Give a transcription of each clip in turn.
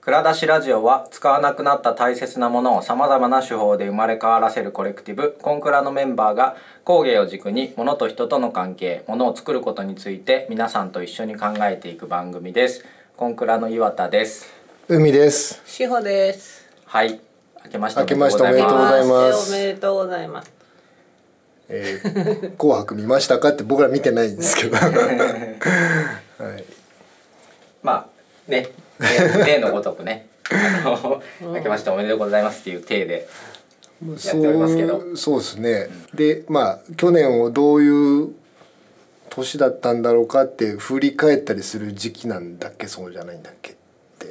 蔵出しラジオは使わなくなった大切なものをさまざまな手法で生まれ変わらせるコレクティブコンクラのメンバーが工芸を軸に物と人との関係、物を作ることについて皆さんと一緒に考えていく番組です。コンクラの岩田です。 海です。 志保です。 はい、明けましておめでとうございます。 おめでとうございます。 紅白見ましたかって僕ら見てないんですけどはい、 まあね、例のごとくね明けましておめでとうございますっていう体でやっておりますけど、 そうですね、でまあ去年をどういう年だったんだろうかって振り返ったりする時期なんだっけ、そうじゃないんだっけって。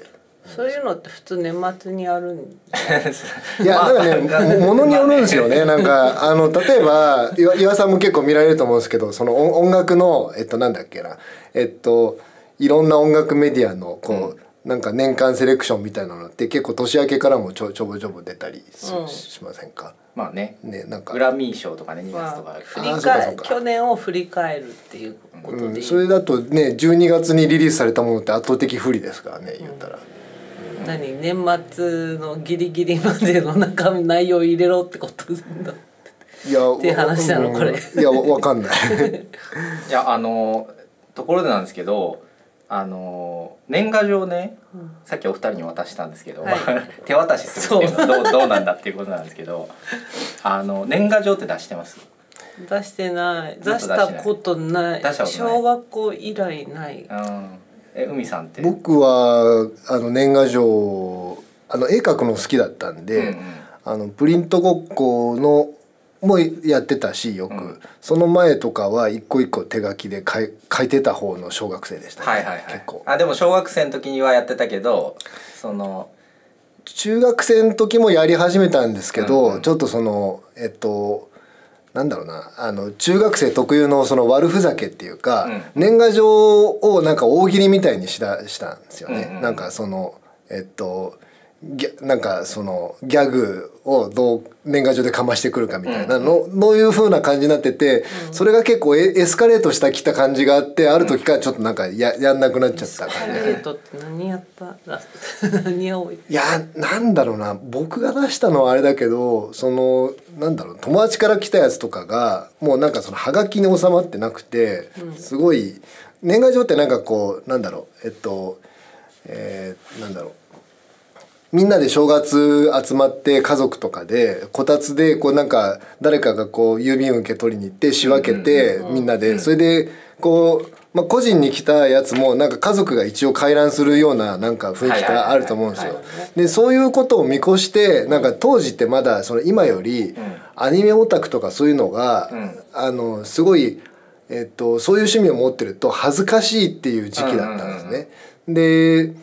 そういうのって普通年末にやるんいやなんかね、ものによるんですよね。なんか例えば岩さんも結構見られると思うんですけど、その音楽のなんだっけな、いろんな音楽メディアのこう、なんか年間セレクションみたいなのって結構年明けからもちょぼちょぼ出たりしませんか。 まあね、 なんかグラミー賞とかね、2月とか、 去年を振り返るっていうことでいい、 それだとね12月にリリースされたものって圧倒的不利ですからね、言ったら。 年末のギリギリまでの中身内容を入れろってことだいやっていう話なのこれ。 いやわかんないいやところでなんですけど、年賀状ね、さっきお二人に渡したんですけど、はい、手渡しするっていうのはどうなんだっていうことなんですけど年賀状って出してます？ 出してない。出したことない。小学校以来ない。 海さんって？ 僕は年賀状絵描くの好きだったんで、プリントごっこのもやってたしよく、その前とかは一個一個手書きで書いてた方の小学生でしたね。結構。 でも小学生の時にはやってたけど、 中学生の時もやり始めたんですけど、ちょっとなんだろうな、中学生特有のその悪ふざけっていうか、年賀状をなんか大喜利みたいにしたんですよね。なんかなんかそのギャグをどう年賀状でかましてくるかみたいなのいう風な感じになってて、それが結構エスカレートしたきた感じがあって、ある時からちょっとなんかやんなくなっちゃった感じ。 エスカレートって何やった何を。いやなんだろうな、僕が出したのはあれだけど、なんだろう、友達から来たやつとかがもうなんかそのハガキに収まってなくて、すごい年賀状ってなんかこうなんだろうなんだろう、みんなで正月集まって家族とかでこたつでこうなんか誰かがこう郵便受け取りに行って仕分けてみんなで、それでこう、個人に来たやつもなんか家族が一応回覧するようななんか雰囲気があると思うんですよ。でそういうことを見越してなんか当時ってまだ今よりアニメオタクとかそういうのがすごいそういう趣味を持ってると恥ずかしいっていう時期だったんですね。で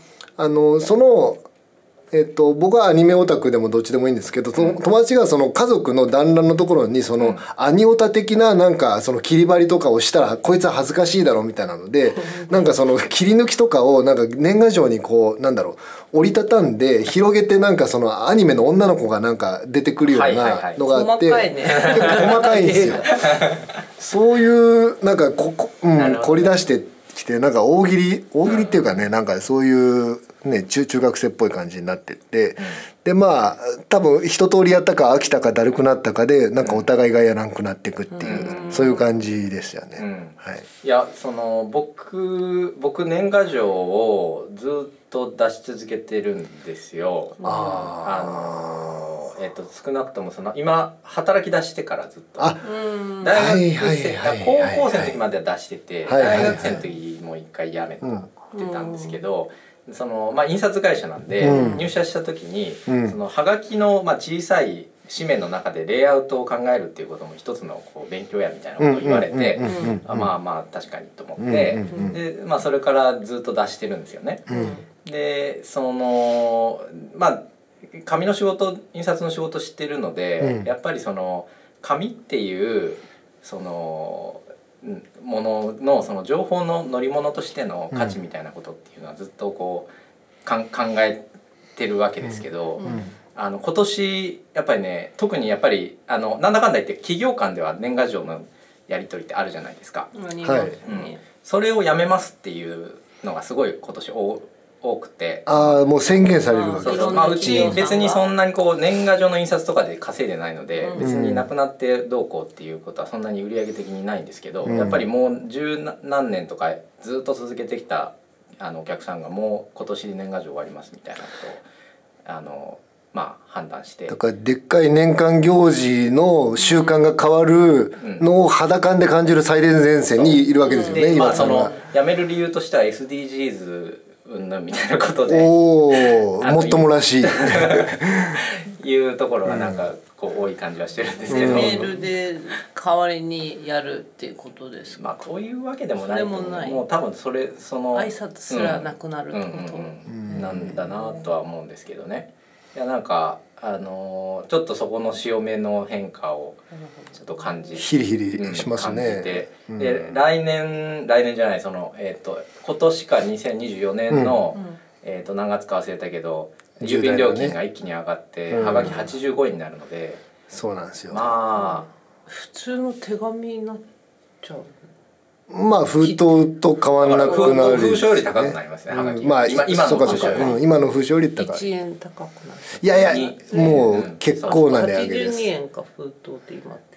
僕はアニメオタクでもどっちでもいいんですけど、友達がその家族の団らんのところにアニオタ的ななんか切り張りとかをしたらこいつは恥ずかしいだろうみたいなので、なんか切り抜きとかをなんか年賀状にこうなんだろう折りたたんで広げて、なんかアニメの女の子がなんか出てくるようなのがあって、結構細かいんですよ。そういうなんか凝り出してきて、なんか大喜利っていうかね、なんかそういうね中学生っぽい感じになってって、で多分一通りやったか飽きたかだるくなったかでなんかお互いがやらんくなっていくっていう、そういう感じですよね。はい。 いや僕年賀状をずっと出し続けてるんですよ。少なくとも今働き出してからずっと、大学生高校生の時までは出してて、大学生の時も一回辞めてたんですけど、印刷会社なんで、入社した時にはがきの小さい紙面の中でレイアウトを考えるっていうことも一つの勉強やみたいなことを言われて、確かにと思って、でそれからずっと出してるんですよね。で紙の仕事、印刷の仕事してるので、やっぱり紙っていうものの情報の乗り物としての価値みたいなことっていうのはずっとこう考えてるわけですけど、今年やっぱりね、特にやっぱりなんだかんだ言って企業間では年賀状のやり取りってあるじゃないですか。それをやめますっていうのがすごい今年多多くて、 ああもう宣言されるわけそうそう、まあ、うち別にそんなにこう年賀状の印刷とかで稼いでないので、別になくなってどうこうっていうことはそんなに売り上げ的にないんですけど、やっぱりもう十何年とかずっと続けてきたお客さんがもう今年で年賀状終わりますみたいなことをまあ判断して、 だからでっかい年間行事の習慣が変わるのを肌感で感じる最前線にいるわけですよね、 今その辞める理由としては SDGs うんぬんみたいなことで、 おおもっともらしいいうところがなんかこう多い感じはしてるんですけど、 メールで代わりにやるっていうことですか。 まあこういうわけでもないと思う。 それもない。 もう多分その挨拶すらなくなるってこと、 なんだなとは思うんですけどね。いやなんかちょっとそこの潮目の変化をちょっと感じヒリヒリしますね、 感じて、で来年じゃない今年か2024年の、何月か忘れたけど郵便料金が一気に上がって、はがき85円になるので、 そうなんですよ。 まあ普通の手紙になっちゃう。 まあ封筒と変わらなくなる、 封書より高くなりますね、はがき。 まあ今の封書より、 今の封書より高い。 1円高くなる。 いやいやもう結構な値上げです。 82円か封筒って今って。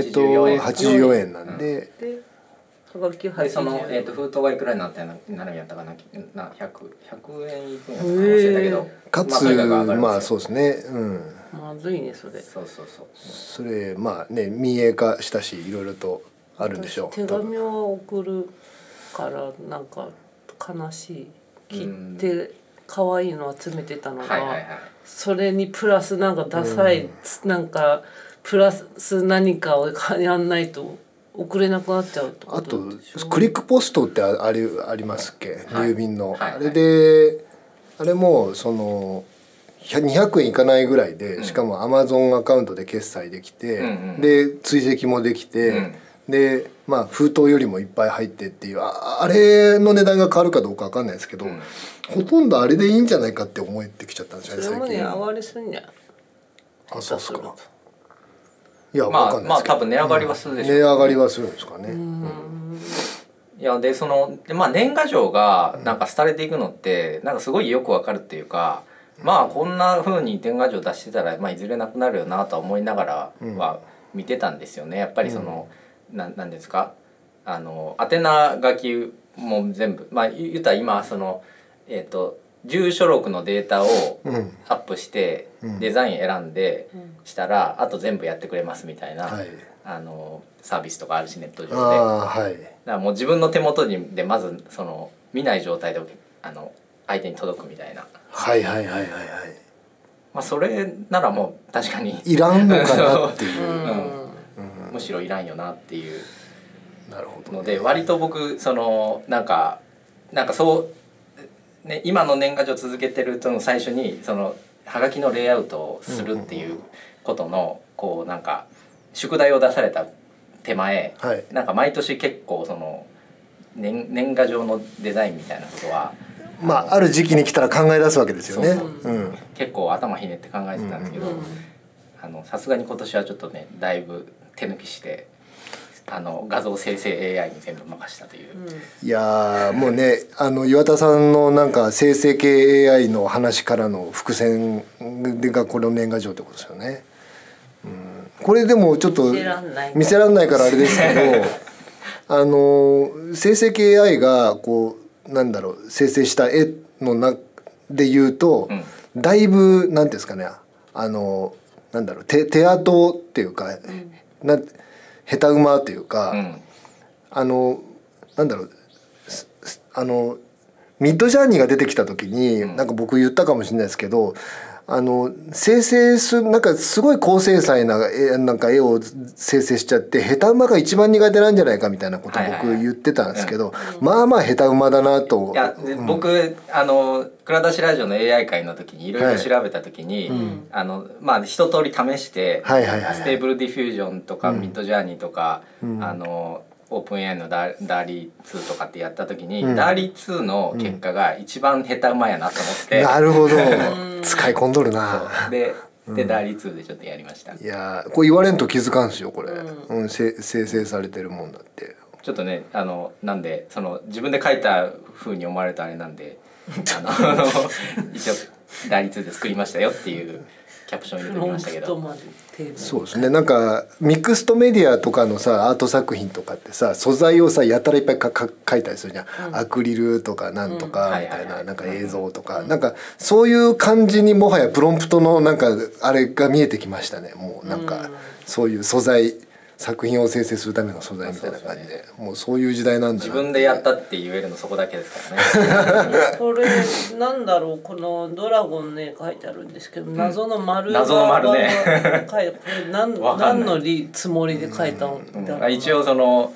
84円なんで。 はがき80円。 でその封筒がいくらになるんやったかな、100円いくんやったか忘れたけど、 かつまあそうですね、 まずいねそれ。 そうそれまあね民営化したしいろいろとあるんでしょう。 手紙を送るからなんか悲しい。切って可愛いの集めてたのが、それにプラスなんかダサい、なんかプラス何かをやんないと送れなくなっちゃうってことでしょ。 あとクリックポストってありますっけ、郵便の、あれであれもその200円いかないぐらいで、しかも Amazon アカウントで決済できて、で追跡もできて、でまあ封筒よりもいっぱい入ってっていうあれの値段が変わるかどうか分かんないですけど、ほとんどあれでいいんじゃないかって思えてきちゃったんですよね最近。 それもね上がりすんじゃん。 あ、そうっすか。いや、 まあ分かんないですけど、 多分値上がりはするでしょう、 値上がりはするんですかね。 いやでまあ年賀状がなんか廃れていくのってなんかすごいよくわかるっていうか、まあこんな風に年賀状出してたら、まあ、いずれなくなるよなとは思いながらは見てたんですよね。やっぱりなんですか、宛名書きも全部まあ言ったら今住所録のデータをアップしてデザイン選んでしたら、あと全部やってくれますみたいな、サービスとかあるしネット上で、だからもう自分の手元でまず見ない状態で相手に届くみたいな。まあそれならもう確かにいらんのかなっていうむしろいらんよなっていうので、割と僕なんかそうね、今の年賀状続けてると最初にはがきのレイアウトをするっていうことのこうなんか宿題を出された手前、なんか毎年結構年賀状のデザインみたいなことはまあある時期に来たら考え出すわけですよね。 結構頭ひねって考えてたんですけど、さすがに今年はちょっとねだいぶ手抜きして画像生成 AI に全部任したという、 いやもうね岩田さんのなんか生成系 AI の話からの伏線がこの年賀状ってことですよね。これでもちょっと見せらんないからあれですけど生成系 AI がこうなんだろう生成した絵の中で言うと、だいぶなんていうんですかねなんだろう手跡っていうか、下手馬というか、なんだろうミッドジャーニーが出てきた時に、なんか僕言ったかもしれないですけど生成なんかすごい高精細ななんか絵を生成しちゃって下手馬が一番苦手なんじゃないかみたいなことを僕言ってたんですけど、まあまあ下手馬だなと。 いや、僕蔵出しラジオの AI 会の時にいろいろ調べた時に、まあ一通り試して、ステーブルディフュージョンとか、ミッドジャーニーとか、オープン AI のダーリー2とかってやった時に、ダーリー2の結果が一番下手馬やなと思って、 なるほど使い込んどるな。 でダーリー2でちょっとやりました。 いやこれ言われんと気づかんすよこれ、生成されてるもんだって。 ちょっとねなんで自分で書いた風に思われたあれなんで一応打率で作りましたよっていうキャプション入れてみましたけど。 そうですね。なんかミクストメディアとかのさアート作品とかってさ素材をさやたらいっぱい書いたりするじゃん、アクリルとかなんとかみたいな、なんか映像とか、なんかそういう感じにもはやプロンプトのなんかあれが見えてきましたね。もうなんかそういう素材、作品を生成するための素材みたいな感じで、もうそういう時代なんだな。 自分でやったって言えるのそこだけですからね。 これなんだろう、このドラゴンね書いてあるんですけど、謎の丸謎の丸ね書いて、これ何のつもりで書いたんだろう。 一応その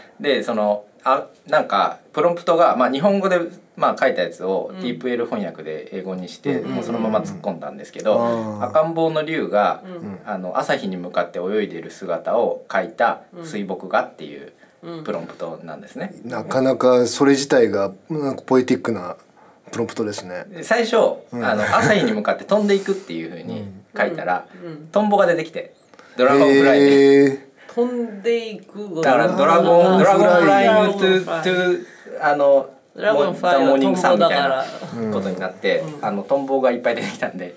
なんかプロンプトが、日本語で書いたやつを DeepL 翻訳で英語にして、もうそのまま突っ込んだんですけど、赤ん坊の竜が、朝日に向かって泳いでいる姿を描いた水墨画っていうプロンプトなんですね。 なかなかそれ自体がなんかポエティックなプロンプトですね。 最初、朝日に向かって飛んでいくっていう風に書いたら、トンボが出てきてドラゴンフライで。 飛んでいくだからドラゴンフライングトゥドラゴンフライはトンボだから、 ことになって、トンボがいっぱい出てきたんで、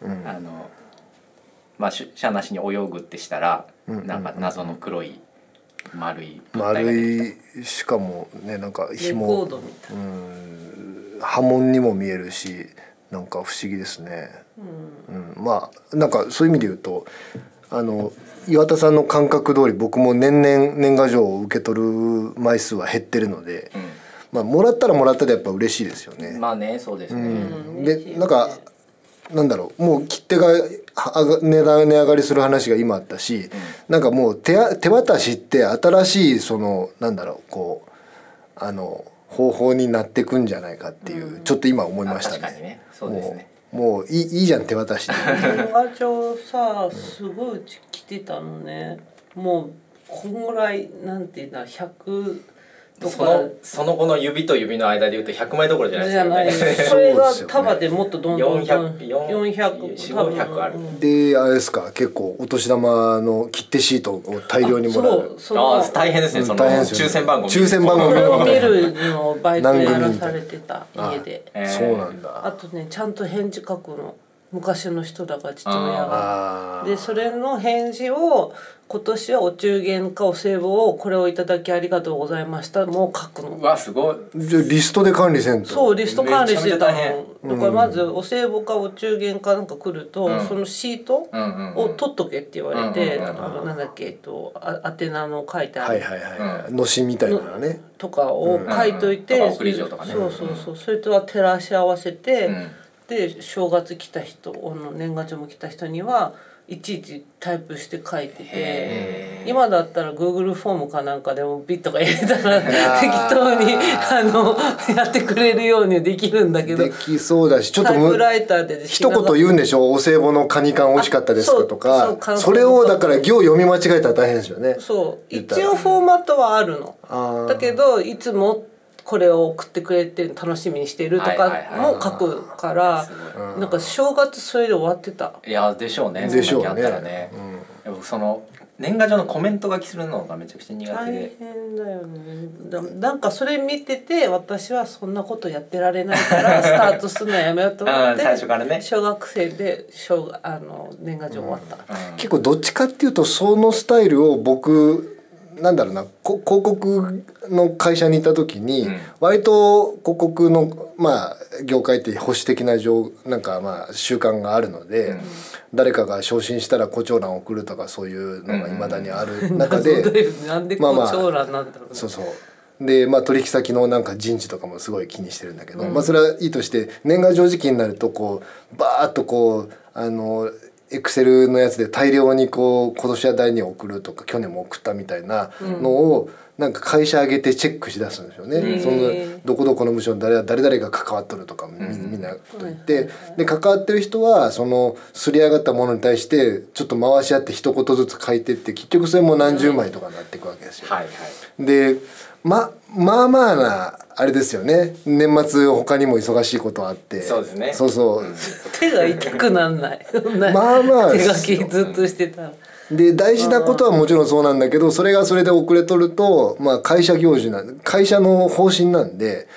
車なしに泳ぐってしたら、なんか謎の黒い丸い物体が出てきた。 しかもね、なんか紐、レコードみたいな、 波紋にも見えるし、なんか不思議ですね。なんかそういう意味で言うと岩田さんの感覚通り僕も年々年賀状を受け取る枚数は減ってるので、もらったらもらったでやっぱ嬉しいですよね。 まあね、そうですね。 でなんかなんだろう、もう切手が値上がりする話が今あったし、なんかもう手渡しって新しいそのなんだろうこう方法になってくんじゃないかっていう、ちょっと今思いましたね。 確かにね、そうですね。 もういいじゃん手渡しで。 年賀状さすごいうち来てたのね。もうこんぐらいなんていうんだ、100とかその後の指と指の間で言うと100枚どころじゃないですよね。 それが束でもっとどんどん 400ある。 であれですか、結構お年玉の切手シートを大量にもらう。 大変ですね。その抽選番組これを見るのをバイトやらされてた家で。 そうなんだ。 あとね、ちゃんと返事書くの。昔の人だから父親が。でそれの返事を今年はお中元かお歳暮をこれをいただきありがとうございましたもう書くの。 うわすごい。 じゃあリストで管理せんと。 そうリスト管理してたの。だからまずお歳暮かお中元かなんか来ると、そのシートを取っとけって言われて、なんだっけ宛名の書いてあるのしみたいなのねとかを書いといて、 送り状とかね。 そうそれとは照らし合わせて。で正月来た人年賀状も来た人にはいちいちタイプして書いてて、今だったら Google フォームかなんかでもビッとか入れたら適当にやってくれるようにできるんだけど、 できそうだし、ちょっとタイプライターで一言言うんでしょ、お歳暮のカニ缶美味しかったですかとか、それをだから行読み間違えたら大変ですよね。 そう一応フォーマットはあるのだけど、いつもこれを送ってくれて楽しみにしてるとかも書くから、なんか正月それで終わってた。 いやでしょうね。 でしょうね。 あったらね。その年賀状のコメント書きするのがめちゃくちゃ苦手で。 大変だよね。なんかそれ見てて私はそんなことやってられないからスタートするのやめようと思って最初からね。 小学生で年賀状終わった。 結構どっちかっていうとそのスタイルを僕なんだろうな、広告の会社にいた時に、割と広告の業界って保守的ななんか習慣があるので、誰かが昇進したら胡蝶蘭を送るとかそういうのがいまだにある中でなんで胡蝶蘭なんだろう。 そうで取引先のなんか人事とかもすごい気にしてるんだけど、それはいいとして、年賀状時期になるとこうバーッとこうエクセルのやつで大量にこう今年は誰に送るとか去年も送ったみたいなのをなんか会社挙げてチェックしだすんですよね。そのどこどこの部署の誰々が関わっとるとかみんなと言って、で関わってる人はそのすり上がったものに対してちょっと回し合って一言ずつ書いてって、結局それも何十枚とかになっていくわけですよ。でまあなあれですよね。年末他にも忙しいことあって、 そうですね。 手が痛くなんない。手書きずっとしてた。 で大事なことはもちろんそうなんだけど、それがそれで遅れとると会社行事会社の方針なんで、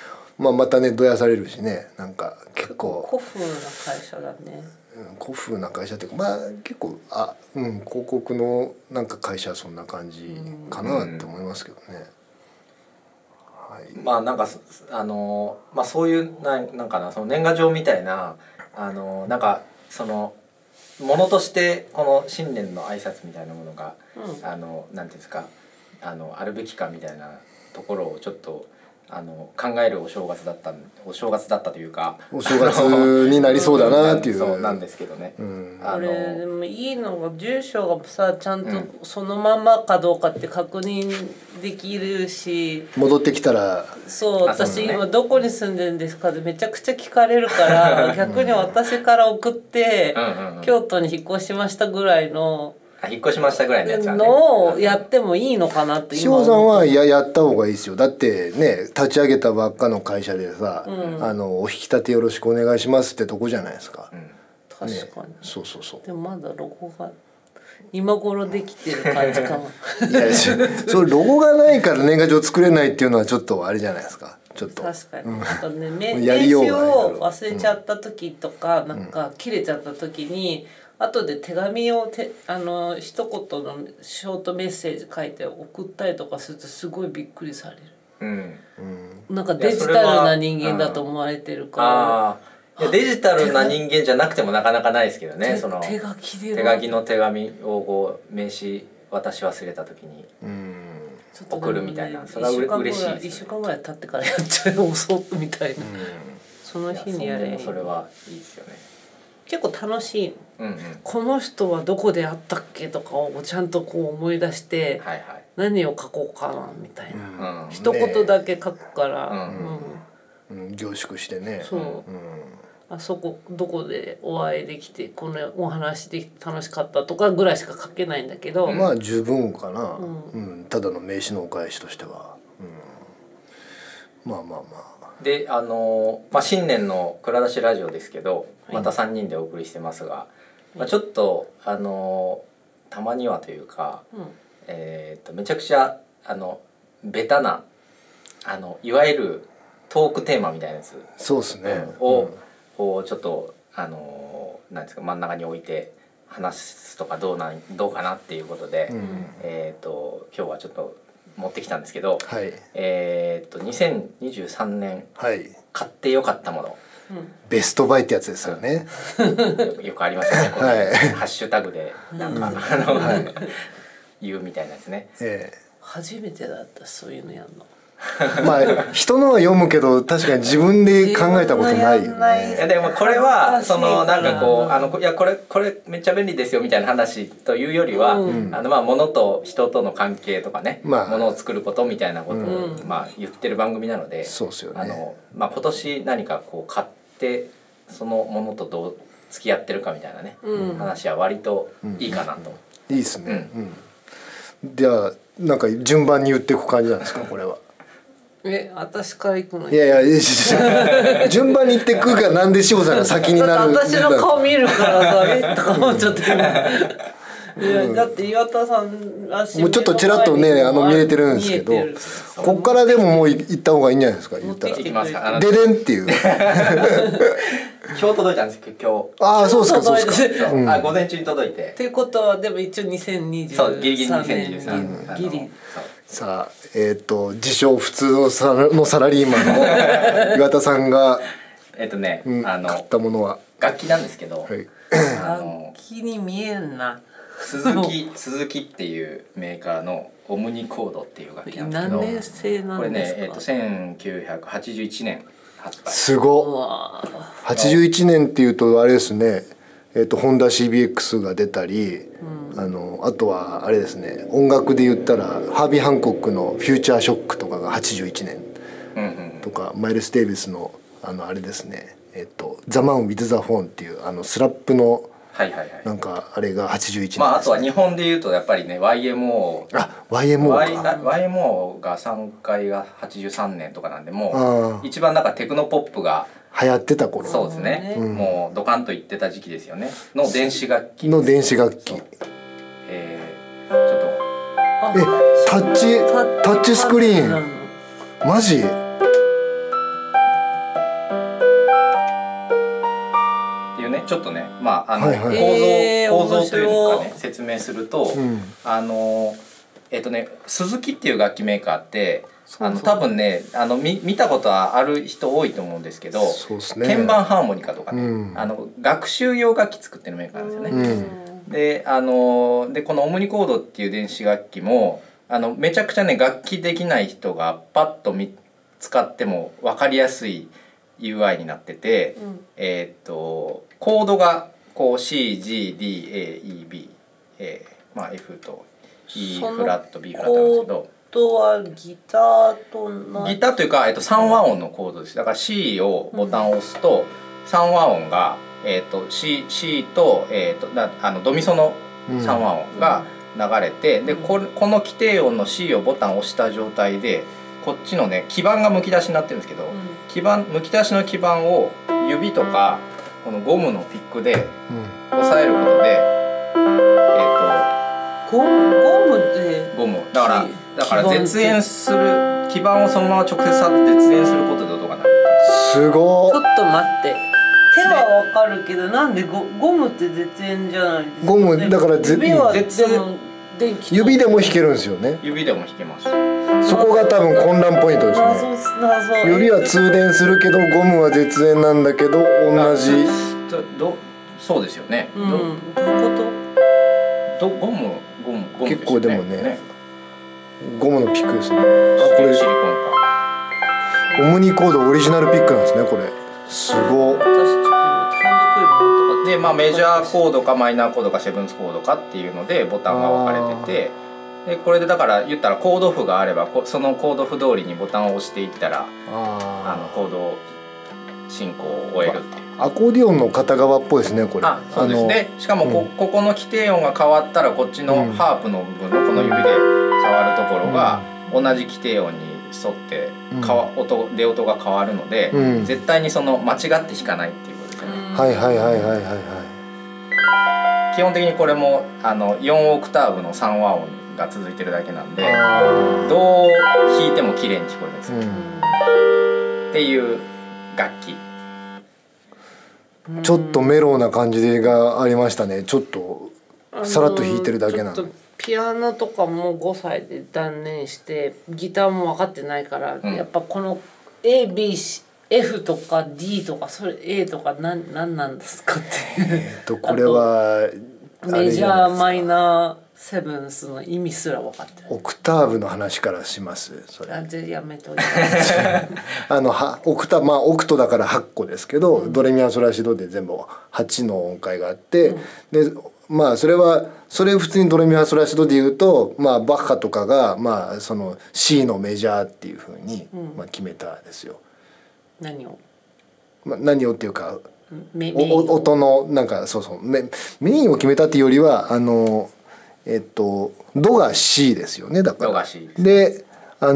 まあ、またねどやされるしね、なんか結構古風な会社だね。 古風な会社っていうか、まあ結構広告のなんか会社はそんな感じかなって思いますけどね。はい、 まあなんかまあそういうなんかな、その年賀状みたいななんかそのものとしてこの新年の挨拶みたいなものが、なんていうんですか、あるべきかみたいなところをちょっと考えるお正月だったというか、 お正月になりそうだなっていうそうなんですけどね。 これでもいいのが住所がさちゃんとそのままかどうかって確認できるし、 戻ってきたらそう私今どこに住んでるんですかってめちゃくちゃ聞かれるから逆に私から送って京都に引っ越しましたぐらいの引っ越しましたぐらいのやつはねのをやってもいいのかなって今塩さんはやった方がいいですよ。だってね立ち上げたばっかの会社でさ、お引き立てよろしくお願いしますってとこじゃないですか。 確かに、 そうそうそう。 でもまだロゴが今頃できてる感じかも。 いやそれロゴがないから年賀状作れないっていうのはちょっとあれじゃないですか。ちょっと確かに、あとね名刺を忘れちゃった時とか、なんか切れちゃった時に後で手紙を一言のショートメッセージ書いて送ったりとかするとすごいびっくりされる。なんかデジタルな人間だと思われてるから。 デジタルな人間じゃなくてもなかなかないですけどね。その手書きで手書きの手紙をこう名刺渡し忘れた時に送るみたいな、それは嬉しいです。 1週間ぐらい経ってからやっちゃう遅みたいな。その日にやれ。 それはいいですよね。 結構楽しい。この人はどこで会ったっけとかをちゃんとこう思い出して、何を書こうかなみたいな。一言だけ書くから。 凝縮してね。 そう。あそこどこでお会いできてこのお話できて楽しかったとかぐらいしか書けないんだけど、 まあ十分かな、ただの名刺のお返しとしては、まあまあまあで新年の蔵出しラジオですけど、また3人でお送りしてますが、ちょっとたまにはというか、めちゃくちゃベタないわゆるトークテーマみたいなやつそうですね、 をちょっとなんですか、真ん中に置いて話すとかどうかなっていうことで、今日はちょっと持ってきたんですけど、2023年買ってよかったもの、 ベストバイってやつですよね。 よくありますよね、これハッシュタグでなんか言うみたいなやつね。 初めてだったそういうのやんの。 まあ人のは読むけど確かに自分で考えたことないよね。 でもこれはなんかこういやこれめっちゃ便利ですよみたいな話というよりは、まあ物と人との関係とかね、物を作ることみたいなことを言ってる番組なので、 そうですよね。 今年何かこう買ってそのものとどう付き合ってるかみたいなね、話は割といいかなと。 いいですね。じゃあなんか順番に言っていく感じなんですかこれは。 私から行くの。 いや順番に言ってくがなんで志保さんが先になる。 私の顔見るからさとか思っちゃって。いやだって岩田さんもうちょっとちらっとね見れてるんですけど、こっからでももう行った方がいいんじゃないですか。言ったら行きますか。 ででんっていう。 今日届いたんですけど今日。 ああそうですかそうですか。 午前中に届いて。 っていうことはでも一応2023 そうギリギリ2023 ギリ。 さあ自称普通のサラリーマンの岩田さんが買ったものは楽器なんですけど、 楽器に見えんな。 鈴木っていうメーカーのオムニコードっていう楽器なんですけど、 何年生なんですか。 これね1981年発売。 すごっ。81年っていうとあれですね。ホンダ CBX が出たり、あとはあれですね、音楽で言ったらハービー・ハンコックの「フューチャーショック」とかが81年とか、マイルス・デイビスのあれですね「ザ・マン・ウィズ・ザ・フォン」っていうスラップのなんかあれが81年ですね。 あとは日本で言うとやっぱりね YMO が3回が83年とかなんで、もう一番なんかテクノポップが流行ってた頃。 そうですね、もうドカンといってた時期ですよね。の電子楽器ちょっとタッチスクリーンマジねちょっとねまあはいはい、 構造というのかね説明すると、鈴木っていう楽器メーカーって多分ね見たことはある人多いと思うんですけど、 そうですね、 鍵盤ハーモニカとかね、学習用楽器作ってるメーカーなんですよね。でこのオムニコードっていう電子楽器もめちゃくちゃね楽器できない人がパッと使っても分かりやすい UI になってて、コードがこう CGDAEB、まあ F と E フラット B フラットなんですけど、 コードはギターとギターというか、3和音のコードです。だから C をボタンを押すと、3和音が、C と、ドミソの3和音が流れて、でこの規定音の C をボタンを押した状態でこっちのね基板がむき出しになってるんですけど、むき出しの基板を指とかこのゴムのピックで押さえることで、ゴムだから絶縁する基板をそのまま直接触って絶縁することで音が鳴る。 すごい。 ちょっと待って、手はわかるけどなんでゴムって絶縁じゃないですか。 ゴムだから指でも弾けるんですよね。 指でも弾けます。 そこが多分混乱ポイントですね。指は通電するけどゴムは絶縁なんだけど同じ。 そうですよね。 どういうこと？ ゴム結構でもねゴムのピックですね。 これシリコンか。オムニコードオリジナルピックなんですねこれ。すごい。 でメジャーコードかマイナーコードかセブンスコードかっていうのでボタンが分かれてて、でこれでだから言ったらコード譜があればそのコード譜通りにボタンを押していったらコード進行を終えるっていう。 アコーディオンの片側っぽいですねこれ。 そうですね。しかもここの規定音が変わったらこっちのハープの部分のこの指で触るところが同じ規定音に沿って出音が変わるので、絶対にその間違って弾かないっていうことですよね。 はいはいはいはいはいはい。 基本的にこれも4オクターブの3和音が続いてるだけなんで、どう弾いても綺麗に聞こえるんですよ、っていう楽器。 ちょっとメロウな感じがありましたね。ちょっとさらっと弾いてるだけなの。 ピアノとかも5歳で断念してギターも分かってないから、やっぱこの ABF とか D とかそれ A とか何なんですかっていうこれはメジャーマイナーセブンスの意味すら分かってない。 オクターブの話からします。それやめといてオクタオクトだから8個ですけど、ドレミファソラシドで全部8の音階があって、でそれ普通にドレミファソラシドで言うと、バッハとかがその C のメジャーっていう風に決めたんですよ。何をっていうか音のなんかメインを決めたっていうよりはドが C ですよね。だからドが C で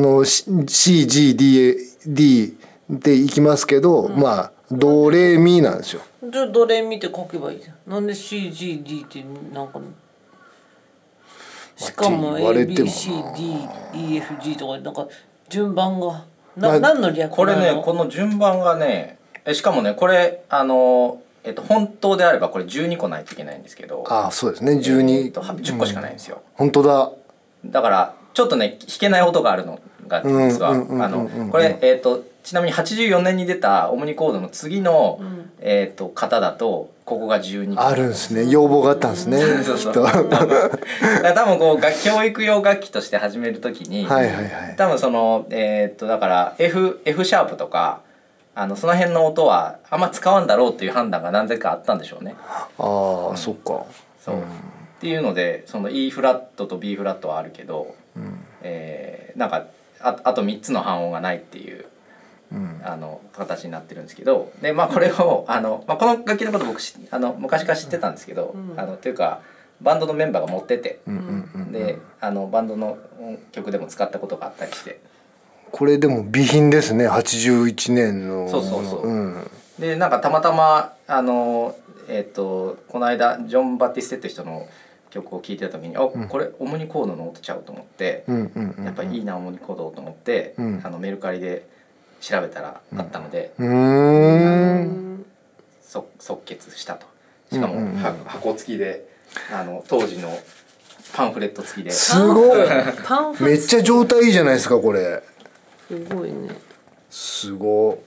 CGDD っていきますけど、ドレミなんですよ。 じゃあドレミって書けばいいじゃん。なんで CGD ってなんかしかも ABCDEFG とかなんか順番が何の略なの？ これねこの順番がねしかもねこれ本当であればこれ12個ないといけないんですけど、 そうですね12、 10個しかないんですよ。 本当だ。 だからちょっとね弾けない音があるのが実はこれちなみに84年に出たオムニコードの次の方だとここが12個あるんですね。要望があったんですね。 多分こう教育用楽器として始めるときに多分そのだから F シャープとかその辺の音はあんま使わんだろうっていう判断が何故かあったんでしょうね。 そっか。 そう、っていうのでその E フラットと B フラットはあるけど、なんかあと3つの半音がないっていう、形になってるんですけど、でこれをこの楽器のこと僕昔から知ってたんですけど、というかバンドのメンバーが持ってて、でバンドの曲でも使ったことがあったりして。 これでも備品ですね。81年の。 そう、でなんかたまたまこの間ジョン・バティステって人の曲を聴いてた時にこれオムニコードの音ちゃうと思って、やっぱりいいなオムニコードと思って、メルカリで調べたらあったので、即決したと。 しかも箱付きで当時のパンフレット付きで。 すごいめっちゃ状態いいじゃないですかこれ。 すごいね。 すご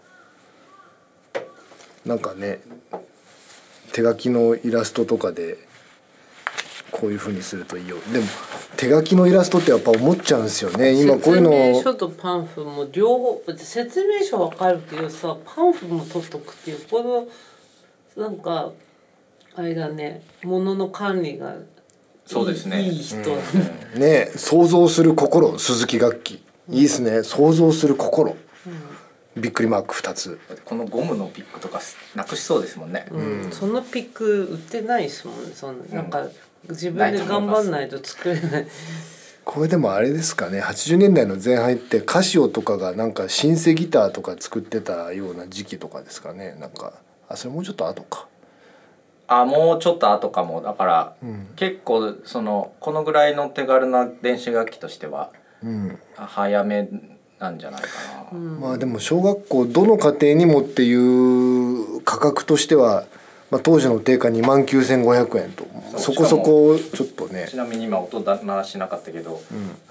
い。なんかね手書きのイラストとかでこういう風にするといいよ。でも手書きのイラストってやっぱ思っちゃうんですよね。今こういうの説明書とパンフも両方、説明書わかるけどさ、パンフも取っとくっていうこのなんかあれだね、物の管理がそうですね。 いい人、 ね、想像する心、鈴木楽器いいですね。想像する心、びっくりマーク2つ。 このゴムのピックとかなくしそうですもんね。 そのピック売ってないですもんね。そんな、なんか自分で頑張んないと作れない。 これでもあれですかね、80年代の前半ってカシオとかがなんかシンセギターとか作ってたような時期とかですかね。なんかそれもうちょっと後か。 もうちょっと後かも。だから、結構このぐらいの手軽な電子楽器としては、早めなんじゃないかな。 まあでも小学校どの家庭にもっていう価格としては、当時の定価29,500円とそこそこちょっとね。 ちなみに今音鳴らしなかったけど、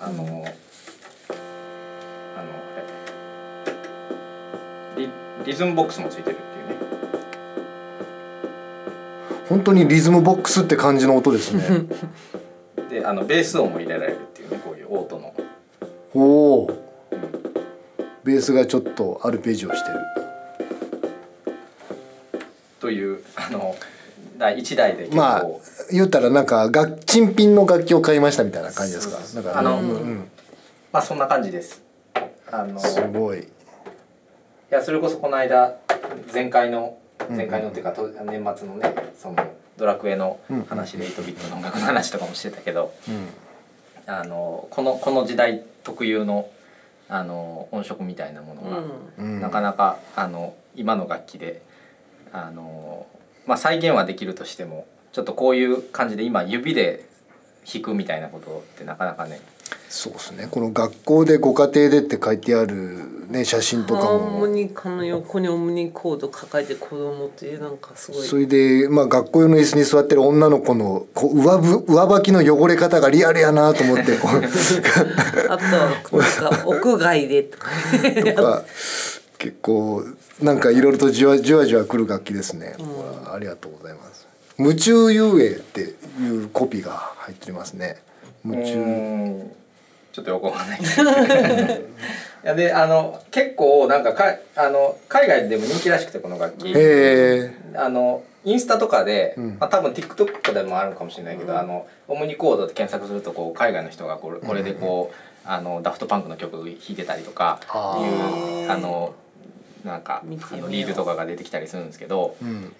リズムボックスもついてるっていうね。 本当にリズムボックスって感じの音ですね。 でベース音も入れられるっていうね、こういうオートの。 おお、ベースがちょっとアルペジオしてるという第1台で結構、 言ったらなんか新品の楽器を買いましたみたいな感じですか。だからそんな感じです。 すごい。 いやそれこそこの間前回のっていうか年末のね、そのドラクエの話で8ビットの音楽の話とかもしてたけど、この時代特有の音色みたいなものが、なかなか今の楽器で再現はできるとしても、ちょっとこういう感じで今指で弾くみたいなことってなかなかね。 そうですね。この学校でご家庭でって書いてあるね写真とかも、 ハーモニカの横にオムニコード抱えて子供ってなんかすごい。 それで学校用の椅子に座ってる女の子の上履きの汚れ方がリアルやなと思って。 あとはなんか屋外でとか結構なんかいろいろとじわじわくる楽器ですね。ありがとうございます。夢中遊泳っていうコピーが入ってますね。夢中。 ちょっとよくわかんないけど。いやで結構なんか海外でも人気らしくて、この楽器。インスタとかで、多分 TikTok とかでもあるかもしれないけど、オムニコードって検索すると海外の人がこれでダフトパンクの曲弾いてたりとかいうなんかリールとかが出てきたりするんですけど、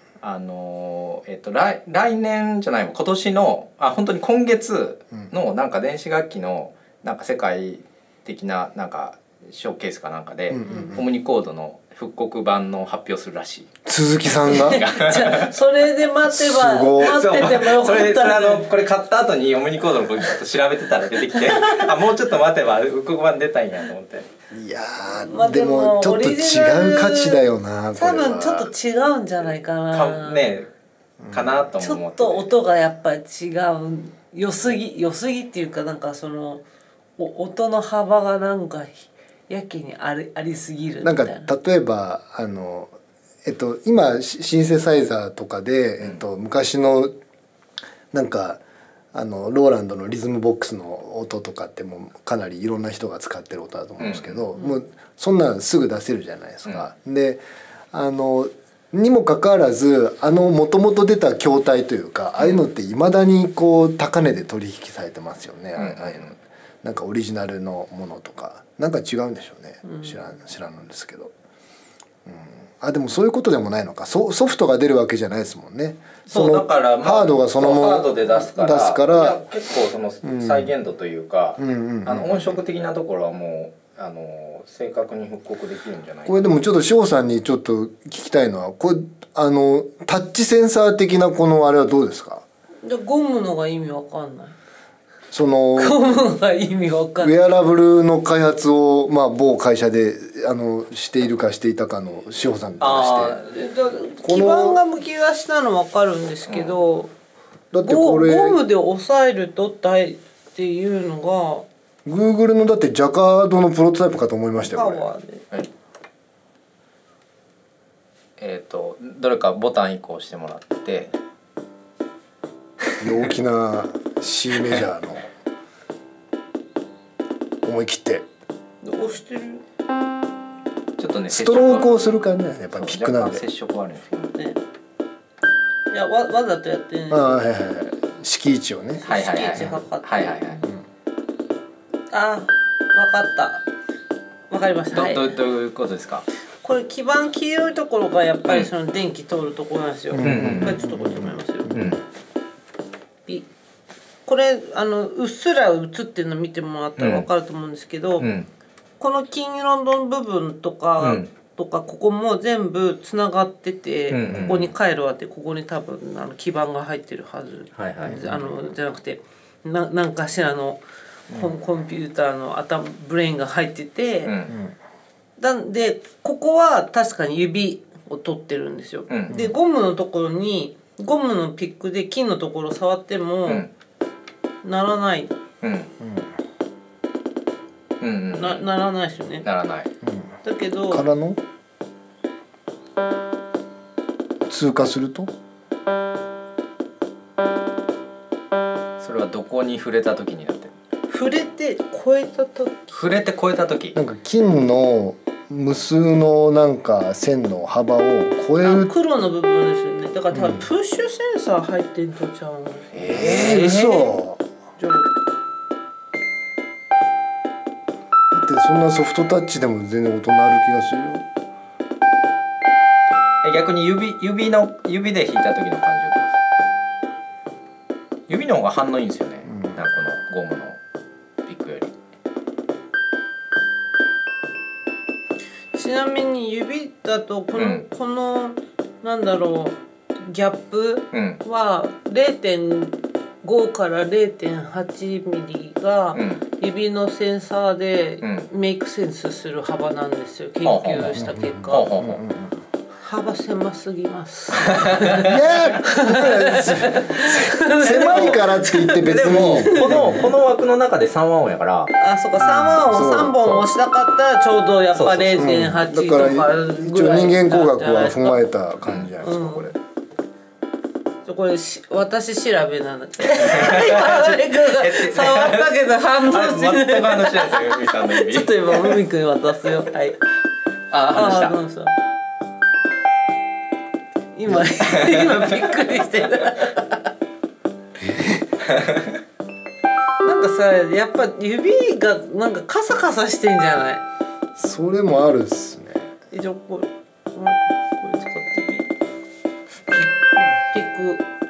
来年じゃないもん、今年の本当に今月のなんか電子楽器のなんか世界的ななんかショーケースかなんかで、オムニコードの復刻版の発表するらしい。 鈴木さんがじゃあそれで待っててもよかったね。 これ買った後にオムニコードのこと調べてたら出てきてもうちょっと待てば復刻版出たんやと思って。 いやでもちょっと違う価値だよな。 多分ちょっと違うんじゃないかな。 かなと思って。 ちょっと音がやっぱり違う。良すぎっていうか、なんかその音の幅がなんかやけにありすぎるみたいな。 なんか例えば今シンセサイザーとかで、昔のなんかローランドのリズムボックスの音とかってもうかなりいろんな人が使ってる音だと思うんですけど、もうそんなんすぐ出せるじゃないですか。でにもかかわらずもともと出た筐体というか、ああいうのっていまだに高値で取引されてますよね。ああいうのなんかオリジナルのものとかなんか違うんでしょうね。知らんんですけど、でもそういうことでもないのか。ソフトが出るわけじゃないですもんね。 そうだから、 ハードがそのままハードで出すからいや結構その再現度というか、音色的なところはもう正確に復刻できるんじゃないか。 これでもちょっと翔さんにちょっと聞きたいのは、これタッチセンサー的なこのあれはどうですか。 ゴムのが意味わかんない。 そのゴムが意味わかんない。 ウェアラブルの開発を、まあ、某会社でしているかしていたかの志保さんからして基板がむき出したの分かるんですけど、 だってこれゴムで押さえるとっていうのが Google のだってジャカードのプロトタイプかと思いましたよこれ。 はい、どれかボタン1個押してもらって大きな C メジャーの思い切って押してるちょっとねストロークをする感じだよねやっぱりピックなんで接触はあるんですけどね。いやわざとやってるんですよ。 はいはいはい敷地をねはいはいはい敷地測ってはいはいはいあ、分かった。分かりました。はい、 どういうことですか。 これ基板黄色いところがやっぱりその電気通るところなんですよ。これちょっとこっちもやりますよ。これうっすら映ってるの見てもらったら分かると思うんですけど、この金色の部分とか、ここも全部つながってて、ここに回路あってここに多分基板が入ってるはず、じゃなくて何かしらのコンピューターのブレインが入ってて、なんでここは確かに指を取ってるんですよ。でゴムのところにゴムのピックで金のところを触ってもならない、ならないですよね。 ならない。 だけどからの通過するとそれはどこに触れた時になってる。 触れて超えた時。 触れて超えた時。 なんか金の無数のなんか線の幅を超える。 黒の部分ですよね。だから多分プッシュセンサー入ってんとちゃうの。 嘘。 じゃあだってそんなソフトタッチでも全然音鳴る気がするよ。 逆に指で弾いた時の感じはどうですか。指の方が反応いいんですよね。なんかこのゴムのピックより。 ちなみに指だとこのなんだろうギャップは 0.5 から 0.8 ミリが指のセンサーでメイクセンスする幅なんですよ。研究した結果。幅狭すぎます。いや狭いからって言って別にこの枠の中で3和音やから。 あ、そうか、3和音3本押したかったらちょうどやっぱ 0.8 とかぐらい。 一応人間工学は踏まえた感じじゃないですかこれ。 これ私調べなんだって。触ったけど反応しない。 全く反応しないですよ、海さんの指。 ちょっと今海くん渡すよ。はい。 反応した。 今びっくりしてる。なんかさ、やっぱ指がなんかカサカサしてんじゃない？ それもあるっすね。 じゃあこれ使ってみ。ピッ